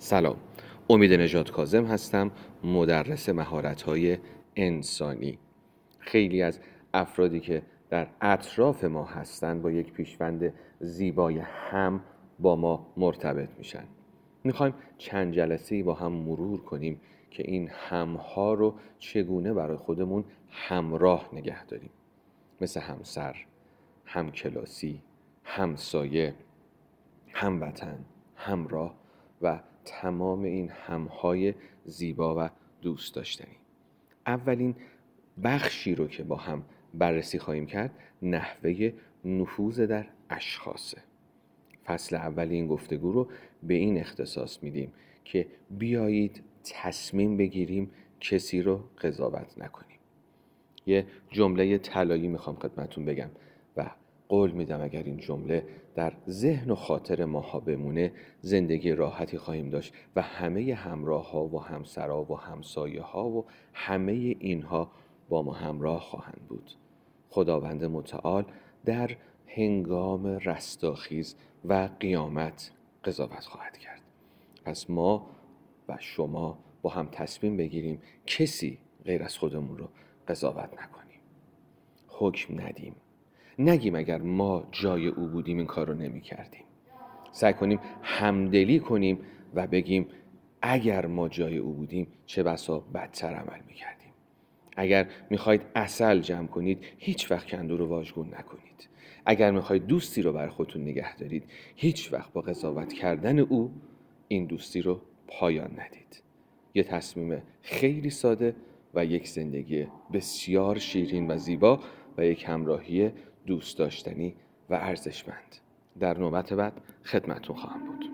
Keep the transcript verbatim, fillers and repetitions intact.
سلام، امید نژاد کاظم هستم، مدرس مهارت‌های انسانی. خیلی از افرادی که در اطراف ما هستند با یک پیشوند زیبای هم با ما مرتبط میشن. میخوایم چند جلسه‌ای با هم مرور کنیم که این همها رو چگونه برای خودمون همراه نگه داریم، مثل همسر، همکلاسی، همسایه، هموطن، همراه و تمام این همهای زیبا و دوست داشتنی. اولین بخشی رو که با هم بررسی خواهیم کرد نحوه نفوذ در اشخاصه. فصل اول این گفتگو رو به این اختصاص میدیم که بیایید تصمیم بگیریم کسی رو قضاوت نکنیم. یه جمله طلایی میخوام خدمتون بگم و قول میدم اگر این جمله در ذهن و خاطر ماها بمونه زندگی راحتی خواهیم داشت و همه همراه ها و همسرا و همسایه ها و همه اینها با ما همراه خواهند بود. خداوند متعال در هنگام رستاخیز و قیامت قضاوت خواهد کرد. پس ما و شما با هم تصمیم بگیریم کسی غیر از خودمون رو قضاوت نکنیم، حکم ندیم، نگیم اگر ما جای او بودیم این کار رو نمی کردیم. سعی کنیم همدلی کنیم و بگیم اگر ما جای او بودیم چه بسا بدتر عمل می کردیم. اگر میخواید عسل جمع کنید هیچ وقت کندو رو واژگون نکنید. اگر میخواید دوستی رو بر خودتون نگه دارید هیچ وقت با قضاوت کردن او این دوستی رو پایان ندید. یه تصمیم خیلی ساده و یک زندگی بسیار شیرین و زیبا و یک همراهی دوست داشتنی و ارزشمند. در نوبت بعد خدمتتون خواهم بود.